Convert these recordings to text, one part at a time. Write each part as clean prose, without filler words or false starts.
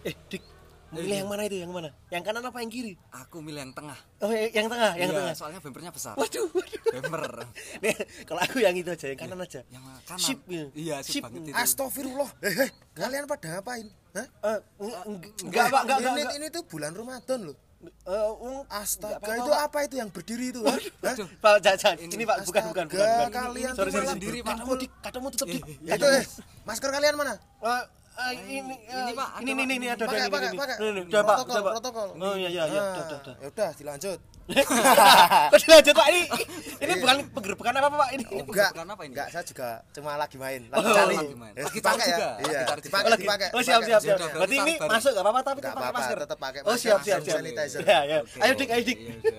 Dik, milih yang mana itu? Yang mana? Yang kanan apa yang kiri? Aku milih yang tengah. Oh, yang tengah, yang Iya, tengah. soalnya bempernya besar. Waduh. Bemper. Nih, kalau aku yang itu aja, yang kanan aja. Yang kanan. Sip, ya. Iya, sip banget itu. Astagfirullah. Kalian pada ngapain? Hah? Enggak, Pak, enggak. Ini tuh bulan Ramadan loh. Astaga, apa-apa, itu Pak. apa itu yang berdiri itu? Hah? Pak, jangan. Ini Pak, bukan. Kalian Sorry, malah sendiri, Pak. Katamu tutup, Dik. Itu masker kalian mana? Ini Pak, ini ada Pakai. Udah, Pak. Protokol. Oh iya, udah. Ya udah, dilanjut. Kok dilanjut, Pak? Ini bukan penggerbekan apa, Pak? Ini. Enggak. Bukan apa ini? Enggak, saya juga cuma lagi main. Oh, Lagi lagi main. cari. Lagi Dipakai cari ya? juga. Iya, Lagi cari dipakai. juga. Oh, siap. Sudah, Berarti ini sabar. masuk enggak apa-apa tapi Enggak tetap pakai apa-apa, masker. tetap pakai Oh, masker. siap. Sanitizer. Ya. Oke. Ayo, Dik. Iya, sudah.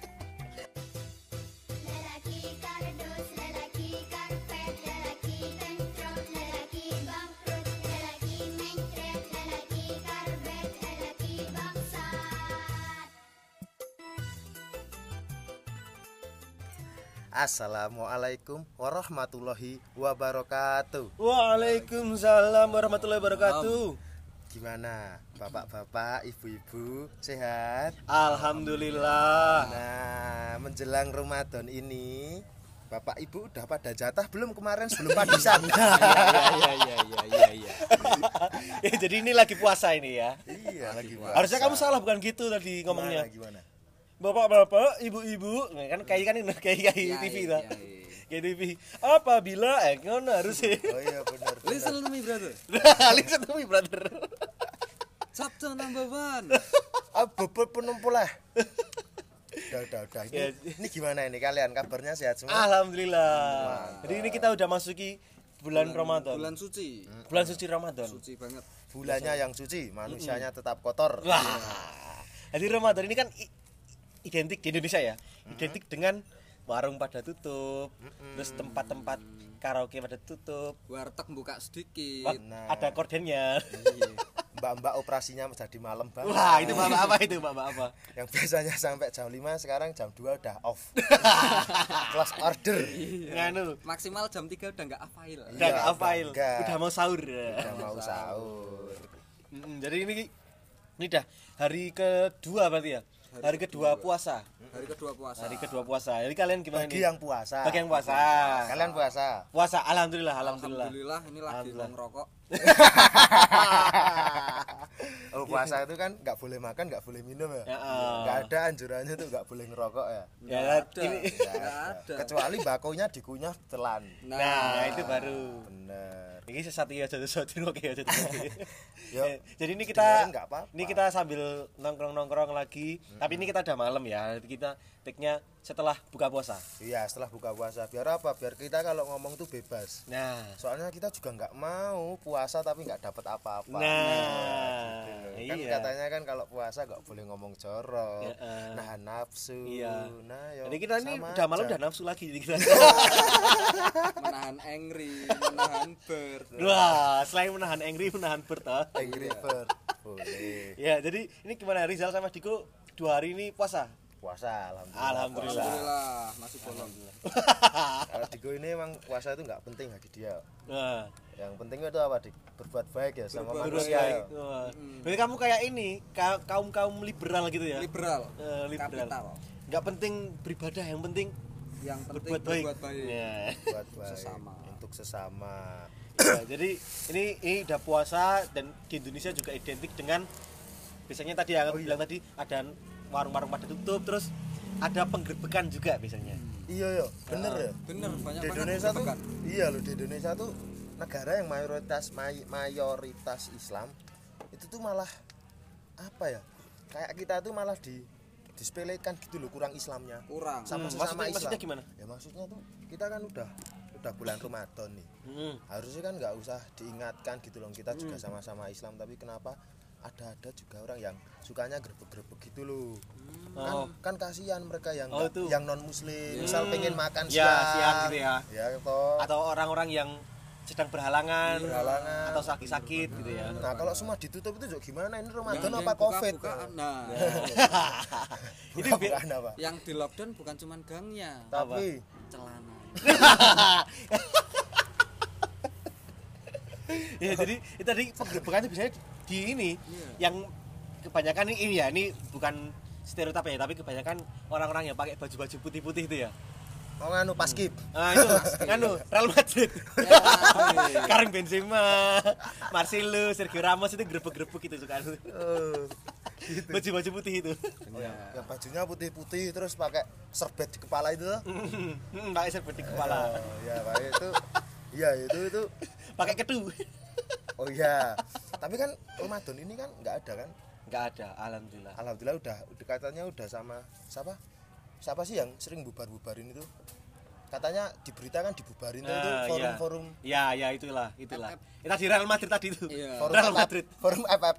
Lelaki kardus, lelaki karpet, lelaki tentrok, lelaki bangkrut, lelaki mencret, lelaki karbet, lelaki bangsat. Assalamualaikum warahmatullahi wabarakatuh. Waalaikumsalam warahmatullahi wabarakatuh. Gimana bapak-bapak, ibu-ibu, sehat? Alhamdulillah. Nah, menjelang Ramadan ini bapak ibu udah pada jatah belum kemarin sebelum padisan? Iya. Ya, jadi ini lagi puasa ini ya. Iya, lagi puasa. Harusnya kamu salah bukan gitu tadi ngomongnya. Gimana? Bapak-bapak, ibu-ibu, kan ini kayak Iya, TV iya, lah. iya. Kayak TV. Apabila ngono harusnya. Oh iya benar. Listen to me, brother. Listen to me, brother. Sabtu number one. Bobot penumpul lah. Udah. Ya. Ini gimana ini kalian? Kabarnya sehat semua? Alhamdulillah. Jadi ini kita udah masuki bulan Ramadan. Bulan suci. Bulan suci Ramadan. Suci banget. Bulannya yang suci, manusianya tetap kotor. Wah. Jadi Ramadan ini kan identik di Indonesia ya. Identik dengan warung pada tutup, terus tempat-tempat karaoke pada tutup. Warteg buka sedikit. Wah, Nah. ada kordennya. Mbak-mbak operasinya menjadi malam banget. Wah, itu bapak apa itu, bapak apa? Yang biasanya sampai jam 5 sekarang jam 2 udah off. Close order. Nganu, Maksimal jam 3 udah enggak afail. udah Iya, nggak afail, enggak. udah mau sahur. Udah mau sahur. Jadi ini dah hari kedua berarti ya. Hari kedua puasa. Hari kedua puasa. Hari kedua puasa. Jadi kalian gimana Bagi nih? yang puasa. Bagi yang puasa. Kalian puasa. Puasa, alhamdulillah. Alhamdulillah ini lagi Alhamdulillah. mau ngerokok. Oh, puasa itu kan nggak boleh makan, nggak boleh minum ya. Ya, Nggak ada anjurannya tuh nggak boleh ngerokok ya. Ya, Nggak ini. Nggak ada. Kecuali bakonya dikunyah telan. Nah, itu baru. Bener. Ini sesuatu oke aja. Yuk, Jadi ini dengerin kita nggak apa-apa. ini kita sambil nongkrong lagi. Tapi ini kita udah malam ya. Kita take-nya setelah buka puasa. Iya, setelah buka puasa. Biar apa? Biar kita kalau ngomong tuh bebas. Nah, Soalnya kita juga nggak mau puasa tapi nggak dapat apa-apa. nah, Gitu. Kan iya. katanya kan kalau puasa nggak boleh ngomong jorok, Ya, nahan nafsu. Iya. Nah, yo, Jadi kita ini sama udah malam aja. udah nafsu lagi jadi kita. Menahan angry, menahan bird. Wah, selain menahan angry, menahan bird ah. Angry Bird. Boleh. Ya, jadi ini gimana Rizal sama Diko 2 hari ini puasa? Puasa, alhamdulillah. Alhamdulillah. Alhamdulillah masih bolong. Kalau Diko ini emang puasa itu nggak penting bagi dia. Nah, Yang penting itu apa, Dik? Berbuat baik ya sama Berbuat manusia. baik. Ya. Wah. Berarti kamu kayak ini, kaum liberal gitu ya? Liberal. Liberal. Kapital. Nggak penting beribadah, yang penting Yang penting berbuat baik. berbuat baik. Ya. Buat baik Sesama. untuk sesama. Ya, jadi ini udah puasa dan di Indonesia juga identik dengan biasanya tadi yang bilang tadi ada warung-warung pada tutup, terus ada penggerbekan juga biasanya. Iya ya, bener ya. Bener banyak Di banget Indonesia tuh, berbekan. iya loh, di Indonesia tuh negara yang mayoritas Islam itu tuh malah apa ya? Kayak kita tuh malah disepelekan gitu loh, kurang Islamnya. Kurang. Sama sesama maksudnya Islam. gimana? Ya maksudnya tuh kita kan udah bulan Ramadan nih. Harusnya kan nggak usah diingatkan gitu loh, kita juga sama-sama Islam, tapi kenapa ada juga orang yang sukanya grebek-grebek gitu loh. Kan kasihan mereka yang Oh, itu. yang non muslim, misal pengen makan Ya, siang. siang gitu ya. Ya toh. Atau orang-orang yang sedang berhalangan, Berhalangan. atau sakit-sakit gitu ya. Nah, kalau semua ditutup itu juga gimana? Ini Ramadan Yang apa Covid? buka-bukaan. Nah, Itu Bukan apa? yang di lockdown bukan cuma gangnya, Tapi celana. ya jadi itu tadi penggerbekannya biasanya di ini yang kebanyakan ini ya, ini bukan stereotip ya, tapi kebanyakan orang-orang yang pakai baju-baju putih-putih itu ya. Mau nganu paskib. Nah, itu nganu Real Madrid. Karim Benzema, Marcelo, Sergio Ramos itu grebek-grebek gitu suka. Gitu. Baju-baju putih itu. Oh, yang bajunya putih-putih terus pakai serbet di kepala itu. Pakai serbet di kepala. Oh, ya, pakai itu. Iya, itu. Pakai kedu. Oh iya. Tapi kan Ramadan ini kan nggak ada kan? Nggak ada, alhamdulillah. Alhamdulillah udah katanya udah sama siapa sih yang sering bubar-bubarin itu? Katanya di berita kan dibubarin tuh itu forum-forum. Ya, itulah. Tadi Real Madrid tadi itu. Iya. Real Madrid. Forum FF.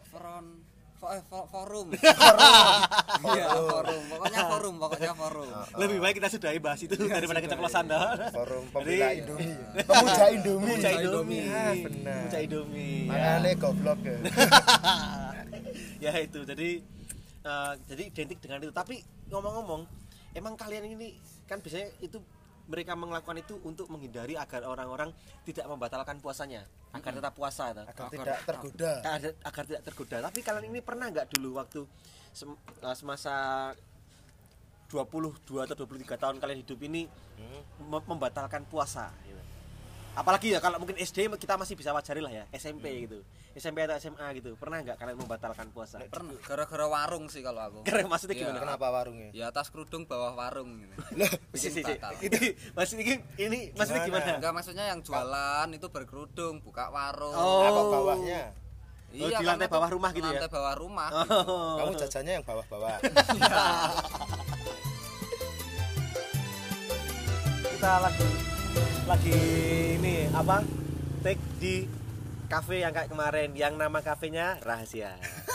Forum. Iya, pokoknya forum. Lebih baik kita sudahi bahas itu daripada keceplosan dah. Forum pembela Indomie. Pemuja Indomie. Pemuja Indomie. Benar. Pemuja Indomie. Makanya goblok ya. Ya itu. Jadi identik dengan itu. Tapi ngomong-ngomong, emang kalian ini kan biasanya itu mereka melakukan itu untuk menghindari agar orang-orang tidak membatalkan puasanya, agar tetap puasa itu. Agar tidak tergoda. Agar tidak tergoda. Tapi kalian ini pernah nggak dulu waktu semasa 22 atau 23 tahun kalian hidup ini membatalkan puasa gitu. Apalagi ya kalau mungkin SD kita masih bisa wajari lah ya, SMP gitu. SMP atau SMA gitu. Pernah nggak kalian membatalkan puasa? Pernah. Gara-gara warung sih kalau aku. Keren, maksudnya Iya. gimana? Kenapa warungnya? Ya atas kerudung bawah warung gitu. Sih. Batal. Itu maksudnya ini maksudnya gimana? Enggak, maksudnya yang jualan itu berkerudung, buka warung. Apa bawahnya? Oh, di lantai karena bawah itu rumah gitu ya? Lantai bawah rumah. Kamu jajannya yang bawah-bawah. Kita lagi ini apa? Take di kafe yang kayak kemarin, yang nama kafenya rahasia.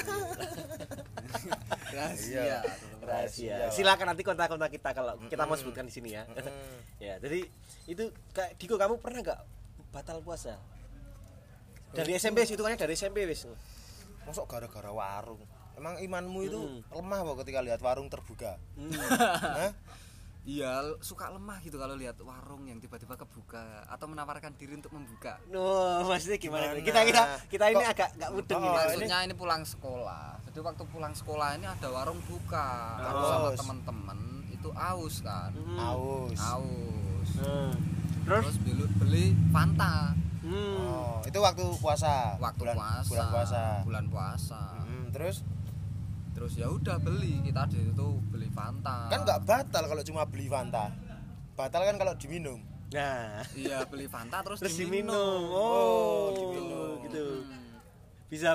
Rahasia. Rahasia. Silakan nanti kontak-kontak kita kalau kita mau sebutkan di sini ya. Ya, jadi itu kayak Diko, kamu pernah nggak batal puasa? Dari SMP sih, itu kan dari SMP wis. Masuk gara-gara warung. Emang imanmu itu lemah kok ketika lihat warung terbuka. Hah? Iya, suka lemah gitu kalau lihat warung yang tiba-tiba kebuka atau menawarkan diri untuk membuka. Maksudnya gimana? Gimana? Kita ini agak nggak mudeng ini. Maksudnya ini pulang sekolah. Jadi waktu pulang sekolah ini ada warung buka. Aku sama teman-teman itu aus kan. Aus. Terus beli Fanta. Oh, itu waktu puasa. Bulan puasa. Terus ya udah beli, kita di situ beli Fanta. Kan nggak batal kalau cuma beli Fanta. Batal kan kalau diminum. Nah, Iya, beli Fanta terus diminum. Oh, diminum. Gitu. Bisa.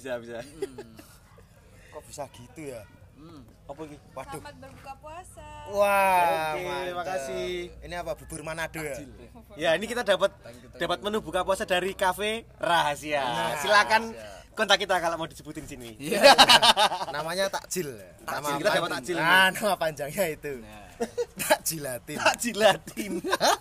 Kok bisa gitu ya? Apa iki? Waduh. Selamat berbuka puasa. Wah, Oke, mantap. makasih. Ini apa, bubur Manado ya? Ya, ini kita dapat menu buka puasa dari kafe rahasia. Silakan kontak kita kalau mau disebutin sini. Iya. Namanya takjil. Takjil, kita dapat takjil. Nama panjangnya itu. Nah, Takjilatin. Takjilatin.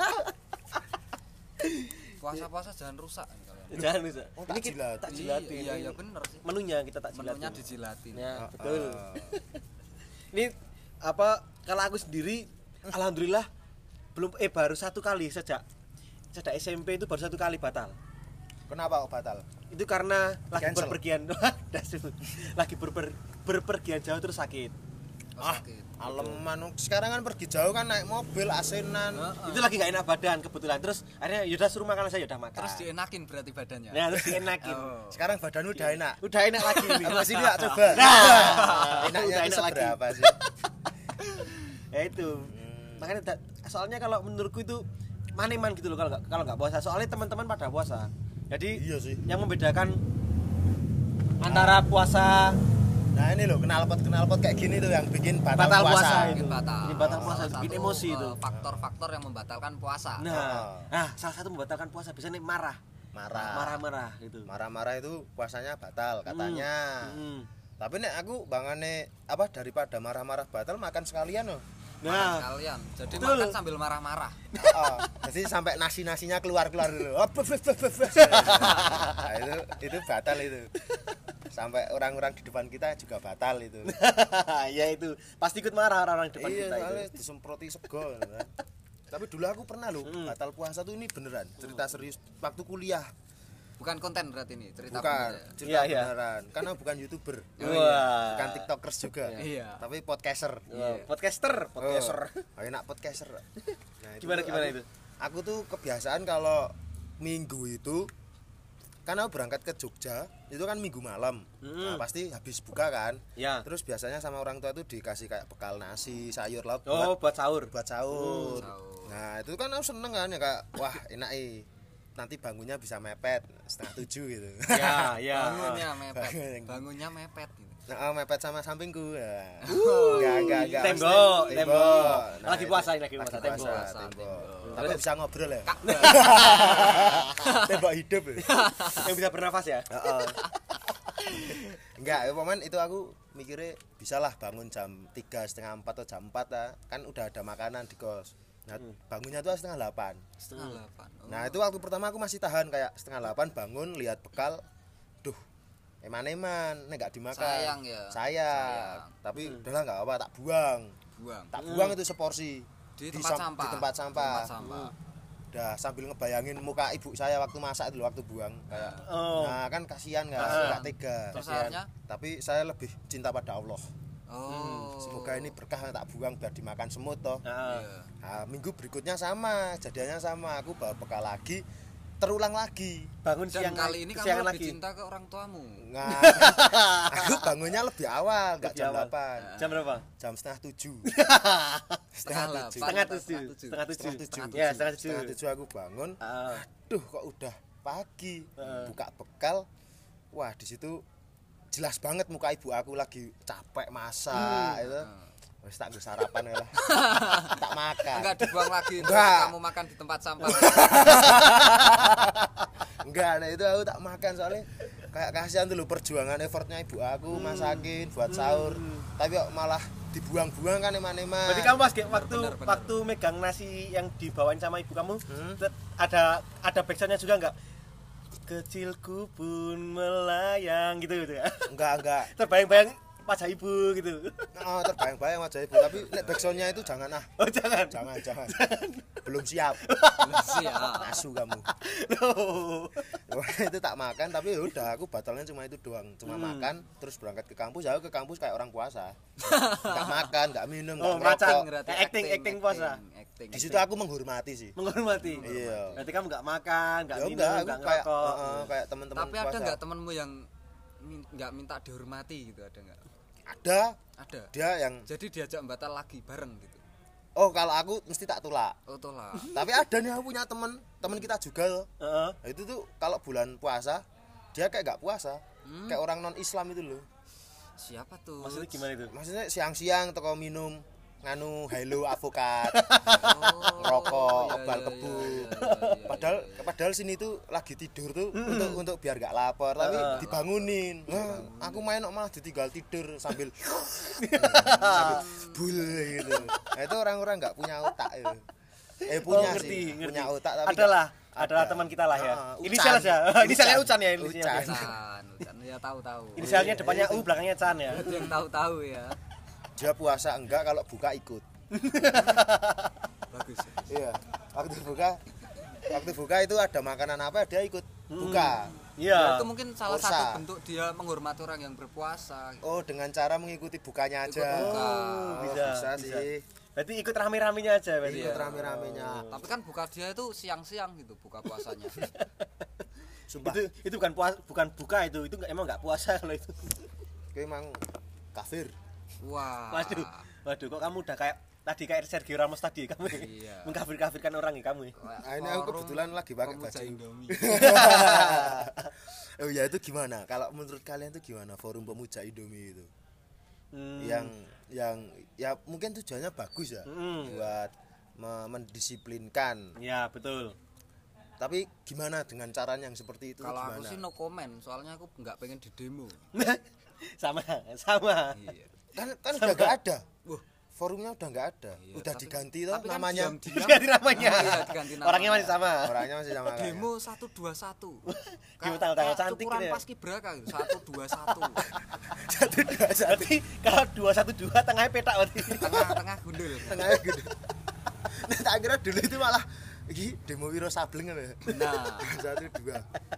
puasa-puasa jangan rusak nih kalian. Jangan bisa. Oh, Ini kita takjilatin. takjilatin. Iya bener sih. Menunya kita takjilatin. Menunya dijilatin. Ya, betul. Ini apa, kalau aku sendiri alhamdulillah belum baru satu kali sejak SMP itu baru satu kali batal. Kenapa kok batal? Itu karena lagi Cancel. berpergian lagi berpergian jauh terus sakit. Sakit. Aleman, sekarang kan pergi jauh kan naik mobil asenan. Itu lagi nggak enak badan kebetulan, terus akhirnya yaudah suruh makan, saya yaudah makan. Terus dienakin berarti badannya. Nah, terus dienakin. Sekarang badanmu udah enak. Udah enak lagi nih. Apa sih enggak coba? udah Enaknya itu enak lagi. seberapa sih? Ya itu. Makanya soalnya kalau menurutku itu maneman gitu loh kalau nggak puasa. Soalnya teman-teman pada puasa. Jadi Iya sih. yang membedakan antara puasa Nah ini loh knalpot kayak gini tuh yang bikin batal, Batal puasa puasa. itu. Bikin batal. Bikin batal puasa, Salah bikin satu, emosi itu. Faktor-faktor yang membatalkan puasa. nah salah satu membatalkan puasa biasanya marah gitu. Marah-marah itu puasanya batal katanya. Hmm. Tapi nek aku bangane apa daripada marah-marah batal makan sekalian loh. Nah, Kalian. Jadi betul. makan sambil marah-marah. Jadi sampai nasinya keluar dulu. Nah, itu batal itu. Sampai orang-orang di depan kita juga batal itu. ya itu pasti ikut marah orang-orang depan Iya, kita soalnya itu. disemproti sego kan. Tapi dulu aku pernah loh batal puasa tuh ini beneran cerita serius waktu kuliah. Bukan konten berarti ini, cerita Bukan, bener ya? cerita Iya, iya. beneran. Karena bukan YouTuber. Wah. Bukan TikTokers juga. Iya. Tapi podcaster. Wah, podcaster. Oh, enak podcaster. Nah, Gimana tuh itu? Aku tuh kebiasaan kalau minggu itu kan aku berangkat ke Jogja, itu kan minggu malam. Nah, pasti habis buka kan. Ya. Terus biasanya sama orang tua tuh dikasih kayak bekal nasi, sayur lauk Oh, buat sahur. buat sahur. Sahur. Nah, itu kan aku seneng kan ya kayak wah, enak nanti bangunnya bisa mepet 6:30 gitu. Ya, ya. Bangunnya mepet gitu. Nah, mepet sama sampingku. Ya. Enggak. Tembok. Nah, Lagi itu. puasa ini, lagi puasa, Lagi tembok. tembok. Tapi bisa ngobrol ya. Kak. Tembok hidup ya. Yang bisa bernafas ya. Heeh. Enggak, ya momen itu aku mikirnya bisalah bangun jam 3:30 atau jam 4 lah. Kan udah ada makanan di kos. Nah, bangunnya tuh 7:30. 7:30. Nah, itu waktu pertama aku masih tahan kayak 7:30 bangun lihat bekal. Duh, eman-eman, nek gak dimakan. Sayang ya. Sayang. Tapi udahlah enggak apa-apa, tak buang. Tak buang itu seporsi Di tempat sampah. Di tempat sampah. Tempat sampah. Udah sambil ngebayangin muka ibu saya waktu masak dulu waktu buang kayak Oh. nah kan kasihan enggak tega. Terus Kasihan. akhirnya? Tapi saya lebih cinta pada Allah. Oh. Semoga ini berkah tak buang biar dimakan semut toh. Nah, Iya. Nah, minggu berikutnya sama, jadinya sama. Aku bawa bekal lagi, terulang lagi. bangun Dan siang kali ini siang kamu lebih cinta ke orang tuamu. Nah, aku bangunnya lebih awal, enggak Lebih jam awal. 8. Jam berapa? Jam 6:30. Setengah Setengah tujuh. Setengah tujuh. Ya, setengah tujuh. 7:30 aku bangun. Ah. Duh, kok udah pagi. Buka bekal. Wah, di situ jelas banget muka ibu aku lagi capek masak itu. Wis tak nggo sarapan lah. Tak makan. Enggak dibuang lagi terus Enggak. kamu makan di tempat sampah. Enggak, nah itu aku tak makan soalnya kayak kasihan dulu perjuangan effortnya ibu aku masakin buat sahur. Tapi kok malah dibuang-buang kan eman-eman. Berarti kamu pas waktu Bener. waktu megang nasi yang dibawain sama ibu kamu, ada backsoundnya juga enggak? Kecilku pun melayang gitu ya. Enggak. Terbayang-bayang wajah ibu gitu. Oh, terbayang-bayang wajah ibu, tapi nek backsoundnya itu jangan ah. Oh, jangan. Jangan. Belum siap. Siap. Asu kamu. Loh. Wah, itu tak makan tapi ya udah aku batalnya cuma itu doang. Cuma makan terus berangkat ke kampus. Aku ke kampus kayak orang puasa. Enggak makan, enggak minum, Oh, enggak macam merokok. acting puasa. Di situ aku menghormati sih. Menghormati. Iya. Berarti kamu enggak makan, enggak Ya minum, enggak, aku enggak kayak ngerokok. kayak teman-teman Tapi puasa. ada enggak temenmu yang enggak minta dihormati gitu, ada enggak? Ada. Ada. Dia yang Jadi diajak batal lagi bareng gitu. oh kalau aku mesti tak tolak. Oh tolak. Tapi ada nih aku punya teman kita juga loh. Heeh. Nah, itu tuh kalau bulan puasa dia kayak nggak puasa. Kayak orang non Islam itu loh. Siapa tuh? Maksudnya gimana itu? Maksudnya siang-siang toko minum nganu Hello avokat, Oh, rokok, iya, obal iya, kebu. iya. Padahal sini tuh lagi tidur tuh untuk biar gak lapar, tapi dibangunin. Wah, aku main kok malah ditinggal tidur sambil bul gitu. Nah, itu orang-orang nggak punya otak itu. Punya Oh, ngerti. sih, punya otak tapi adalah ada. teman kita lah ya. Ucan. Inisial aja. Inisialnya Ucan ya, inisialnya. Ucan. Ucan ya tahu-tahu. Inisialnya depannya U, belakangnya Can ya. Itu yang tahu-tahu ya. Dia puasa enggak, kalau buka ikut. Bagus. Iya. Waktu buka itu ada makanan apa dia ikut buka. Iya. Itu mungkin salah Kursa. satu bentuk dia menghormati orang yang berpuasa. Oh, dengan cara mengikuti bukanya aja. Ikut buka. Oh, bisa. sih. Berarti ikut rame-ramenya aja berarti. Ikut rame-ramenya. Tapi kan buka dia itu siang-siang gitu buka puasanya. Sumpah, Itu bukan buka itu emang enggak puasa kalau itu. itu emang kafir. Wah. Waduh, kok kamu udah kayak Sergio Ramos tadi kamu. Iya. Mengkafir-kafirkan orang ya kamu. Nah, ini aku kebetulan lagi pakai Pemuja baju. Indomie. Oh ya, itu gimana? Kalau menurut kalian itu gimana forum pemuja Indomie itu? Yang ya mungkin tujuannya bagus ya buat mendisiplinkan. Ya, betul. Tapi gimana dengan caranya yang seperti itu? Kalau gimana? aku sih no comment, soalnya aku nggak pengen di demo. sama. Iya. kan udah nggak ada. Wah, Forumnya udah nggak ada. Iya, Udah tapi- diganti toh tapi kan namanya. diam-diam Ganti namanya. Iya, diganti namanya. Orangnya masih sama. Orangnya masih sama kayak. demo 121. Gimana tanggal cantik cukuran gitu ya? paskibraka gitu, 121. 121 Berarti kalau 212 tengahnya petak berarti. Tengah-tengah gundul. tengahnya gede. Nah, tak kira dulu itu malah iki demo Wiro Sableng kan ya. Nah, 1 2.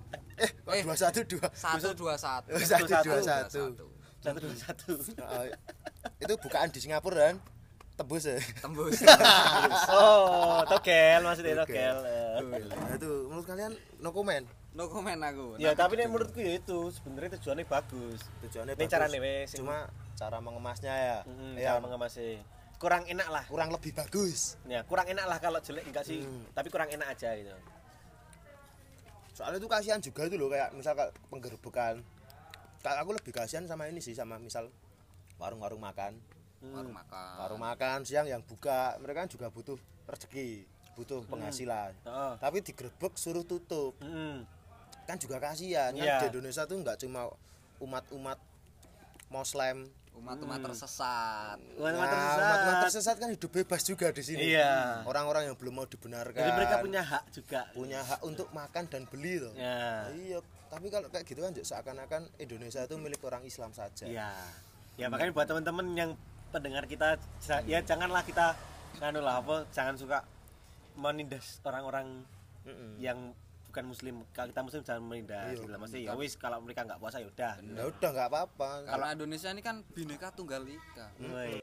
212. 121. 121. 121. Itu bukaan di Singapura kan? Tembus ya. Tembus. Oh, togel maksudnya togel. Nah, itu menurut kalian no comment. No comment aku. Ya, tapi nek menurutku ya itu sebenarnya tujuannya bagus. Tujuannya Ini bagus. carane wes. Cuma cara mengemasnya ya. Cara mengemasnya kurang enak lah. Kurang lebih bagus. Ya, kurang enak lah kalau jelek enggak sih, tapi kurang enak aja gitu. Soalnya itu kasihan juga itu loh, kayak misal kayak penggerbekan. Kalau aku lebih kasihan sama ini sih, sama misal warung-warung makan. Warung makan. Warung makan siang yang buka, mereka kan juga butuh rezeki, butuh penghasilan. Heeh. Tapi digerebek suruh tutup. Kan juga kasihan. Kan Iya. di Indonesia tuh nggak cuma umat-umat Muslim, Umat-umat tersesat. umat-umat tersesat kan hidup bebas juga di sini. Iya. Orang-orang yang belum mau dibenarkan. Jadi mereka punya hak juga. punya hak untuk makan dan beli loh. Ya. Iya, tapi kalau kayak gitu kan seakan-akan Indonesia itu milik orang Islam saja. Iya. Ya makanya buat teman-teman yang pendengar kita ya janganlah kita nganu lah apa jangan suka menindas orang-orang yang bukan muslim. Kalau kita muslim jangan menindas gitu lah. Maksudnya ya wis kalau mereka enggak puasa ya udah. Ya udah nggak apa-apa. Karena Indonesia ini kan Bhinneka Tunggal Ika. Woi.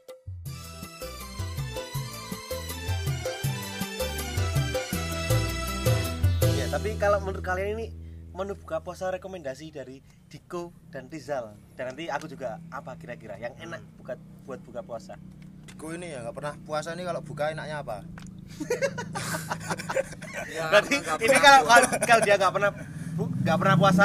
Ya, tapi kalau menurut kalian ini menu buka puasa rekomendasi dari Diko dan Rizal dan nanti aku juga apa kira-kira yang enak buat buka puasa. Diko ini ya nggak pernah puasa nih, kalau buka enaknya apa? Ya, Berarti nggak ini pernah kalau dia nggak pernah puasa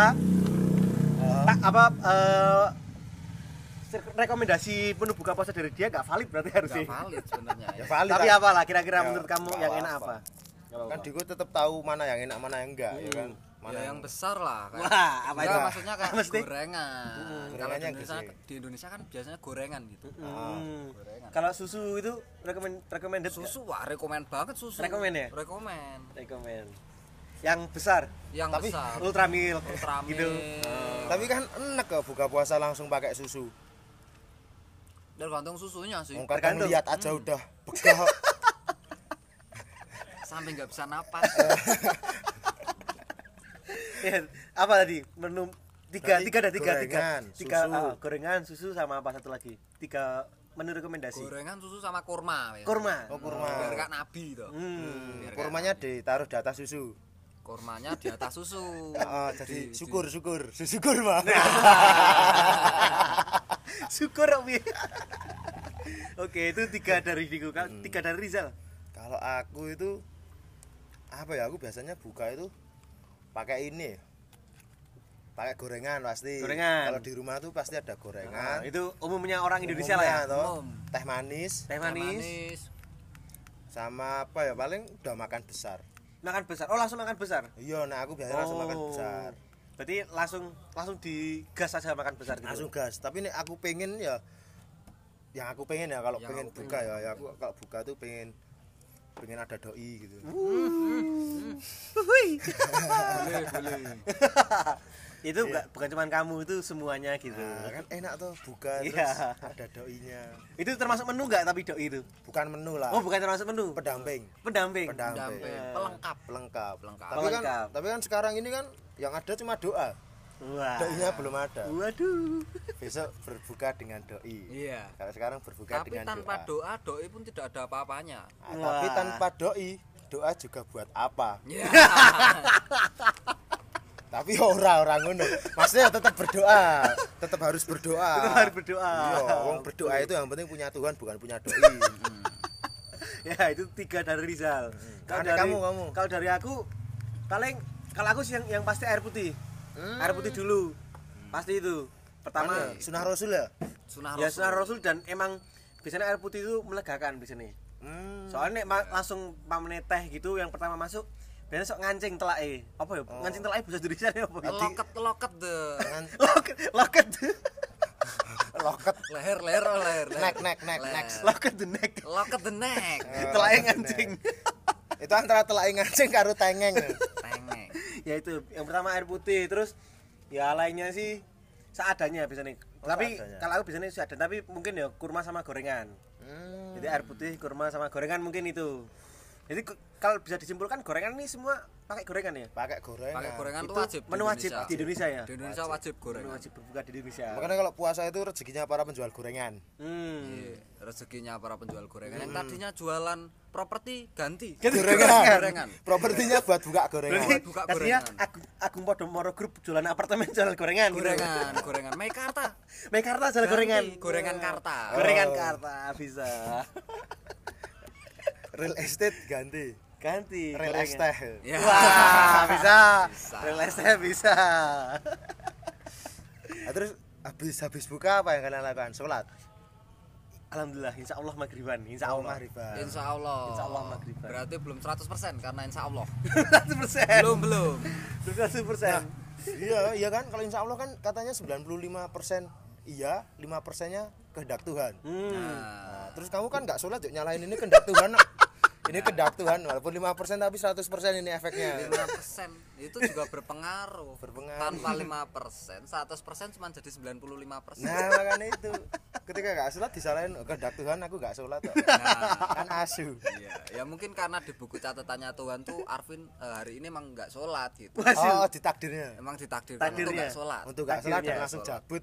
rekomendasi menu buka puasa dari dia nggak valid berarti harusnya. nggak valid sebenarnya Ya ya. valid. Tapi lah. apalah kira-kira Ya, menurut kamu nggak yang enak apa-apa. apa? Kan Diko tetap tahu mana yang enak mana yang enggak ya kan. Mana Ya yang besar lah kan. Wah, apa Enggak, itu? maksudnya kayak Mesti? gorengan. Kalau di Gorengannya Indonesia, gitu. di Indonesia kan biasanya gorengan gitu. Gorengan. Kalau susu itu recommended nggak? Susu wah rekomen banget susu. Rekomen ya? Rekomen. Recommend. Yang besar, Yang Tapi besar. Ultramilk Ultramilk. gitu. Tapi kan enak kok buka puasa langsung pakai susu. Tergantung susunya sih. Mau kadang Tergantung. lihat aja udah begah. Sampai nggak bisa napas. Ya, apa tadi? Menu tiga Gorengan, susu. gorengan, susu sama apa satu lagi? 3 menu rekomendasi. Gorengan, susu sama kurma. Ya. Kurma. Oh, kurma. Biar kayak nabi tuh. Biar kayak- Kurmanya ditaruh di atas susu. kurmanya di atas susu. Jadi syukur susu kurma. Syukur Omi. Oke, itu 3 dari Diko. 3 dari Rizal. Kalau aku itu apa ya, aku biasanya buka itu pakai ini, pakai gorengan pasti. Gorengan. Kalau di rumah tuh pasti ada gorengan. Itu umumnya orang Indonesia lah ya. Umumnya toh, Umum. teh manis Teh manis, sama apa ya, paling udah makan besar. makan besar. Oh, langsung makan besar. Iya, nah aku biasanya langsung makan besar. Berarti langsung digas aja makan besar gitu. Langsung gas. Tapi nih aku pengen ya, yang aku pengen ya kalau Yang pengen aku buka ya aku kalau buka tuh pengen ada doi gitu. Hui. Boleh. Itu bukan cuma kamu, itu semuanya gitu. Nah, kan enak tuh buka Iya. terus ada doinya. Itu termasuk menu enggak tapi doi itu? Bukan menu lah. Oh, bukan termasuk menu. Pendamping. Pendamping. Pendamping. Pelengkap. Pelengkap. Pelengkap. Tapi kan Pelengkap. tapi kan sekarang ini kan yang ada cuma doa. Wah. Doinya belum ada. Waduh. Besok berbuka dengan doi. Iya. Kalau sekarang berbuka Tapi dengan tanpa doa. doa, doi pun tidak ada apa-apanya. Nah, tapi Wah. tanpa doi, doa juga buat apa? Iya. Tapi orang ngono. Maksudnya tetap berdoa. Tetap harus berdoa. Itu harus berdoa. Iya, wong berdoa itu yang penting punya Tuhan, bukan punya doi. Ya, itu 3 dari Rizal. Kalau Aneh dari kamu. Kalau dari aku paling kalau aku sih yang pasti air putih. Air putih dulu. Pasti itu. Pertama, Mana? Sunah Rasul ya? Sunah ya Rasul. sunah Rasul dan emang biasanya air putih itu melegakan biasanya. Soalnya nek langsung pamene teh gitu yang pertama masuk biasanya sok ngancing telake. Apa ya? Ngancing telake bisa jadi sana apa? Loket deh. Loket. Loket, Leher. neck. Loket the neck. Loket the neck. Telake ngancing. Itu antara telai ngancing karo tengeng. Tengek. Ya itu yang pertama air putih, terus ya lainnya sih seadanya biasanya. Tapi seadanya. kalau aku biasanya seadanya, tapi mungkin ya kurma sama gorengan. Jadi air putih, kurma sama gorengan mungkin itu. Jadi kalau bisa disimpulkan gorengan ini semua pakai gorengan ya? Pakai gorengan. Pakai gorengan Itu tuh wajib menu wajib di Indonesia ya? Di Indonesia wajib Menu gorengan. wajib berbuka di Indonesia. Makanya kalau puasa itu rezekinya para penjual gorengan. Iya, rezekinya para penjual gorengan. Yang tadinya jualan properti ganti. Gorengan. Propertinya buat buka gorengan. Berarti buka tadinya gorengan. Agung Podomoro Group jualan apartemen jualan gorengan. gitu. Gorengan Meikarta. Meikarta jualan gorengan. Gorengan Karta. Gorengan Oh. Karta bisa. Real estate ganti. Ganti. Real gorengan. estate. Ya. Wah, bisa. Bisa. Real estate bisa. Nah, terus habis buka apa yang kalian lakukan? Sholat. Alhamdulillah, insya Allah maghriban, insya Oh, Allah. maghriban. Insya Allah. Insya Allah maghriban. Berarti belum 100% karena insya Allah. 100%. Belum. Belum 100%. Iya kan kalau insya Allah kan katanya 95% iya, 5%-nya kehendak Tuhan. Nah, terus kamu kan nggak sholat, yuk nyalain ini kehendak Tuhan. Ini kehendak Tuhan, walaupun 5% tapi 100% ini efeknya. 5% itu juga berpengaruh. Berpengaruh. Tanpa 5%, 100% cuma jadi 95%. Nah makanya itu ketika nggak sholat disalahin kehendak Tuhan, aku nggak sholat kok. Nah, Kan asu. iya. Ya mungkin karena di buku catatannya Tuhan tuh Arvin hari ini emang nggak sholat gitu. Oh di takdirnya Emang ditakdirkan untuk Takdirnya. nggak sholat. untuk nggak sholat dan Takdirnya. langsung cabut.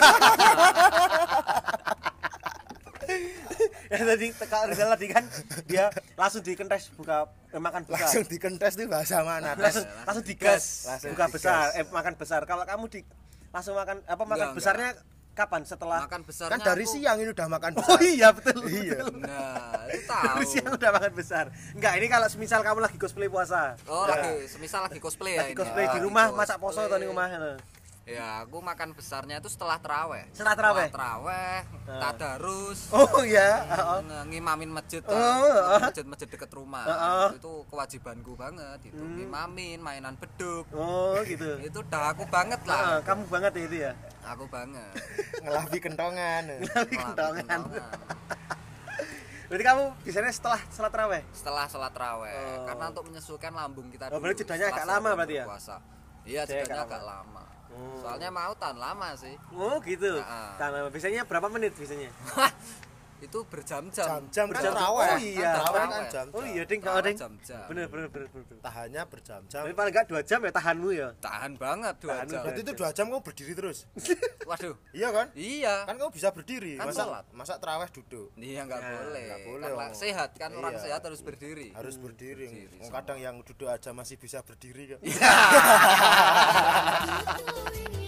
Ya tadi kalau Rizal tadi kan dia langsung dikentes buka makan besar. Langsung dikentes tuh bahasa mana? Langsung digas Langsung buka digas. besar, makan besar. Kalau kamu langsung makan apa makan Enggak. besarnya kapan? Setelah Makan besarnya Kan dari aku- siang ini udah makan besar. Oh iya betul. Iya. Nah, itu tahu. Dari siang udah makan besar. Enggak, ini kalau semisal kamu lagi cosplay puasa. Oh, lagi semisal lagi cosplay ya Lagi ini. cosplay di Lagi rumah masak poso cosplay. atau di rumah. Ya, aku makan besarnya itu setelah taraweh. Setelah taraweh? Taraweh, tadarus. Oh iya. Oh. Ngimamin masjid Oh, kan. Masjid-masjid deket rumah. Oh. Itu kewajibanku banget itu. Ngimamin, mainan beduk. Oh gitu. Itu udah aku banget lah. Kamu banget ya itu ya. Aku banget. Ngelapi kentongan. Tapi Ngelapin kentongan. kentongan. Berarti kamu biasanya setelah salat taraweh. Setelah sholat taraweh, Oh. karena untuk menyesuaikan lambung kita Oh, berarti jedanya setelah agak lama sholat berarti ya? berpuasa. Iya, Jedanya jedanya agak agak lama. Oh. Soalnya mau tahan lama sih. Oh gitu. Nah. Karena biasanya berapa menit biasanya? Itu berjam-jam. Jam-jam kan Berjam- terawih. Oh iya. Terawih kan Terawih. jam. Oh iya ding, Tarawih ding. jam-jam. Bener. Tahannya berjam-jam. Tapi paling enggak 2 jam ya tahanmu ya. Tahan banget 2 Tahan jam. Berarti itu 2 jam kamu berdiri terus. Waduh. Iya kan? Iya. Kan kamu bisa berdiri. Kan sholat. Masa terawih duduk. Iya nggak Ya, boleh. nggak boleh, Karena oh. sehat kan orang Iya. sehat harus berdiri. Harus berdiri. Berdiri Kadang yang duduk aja masih bisa berdiri kan. Itu ini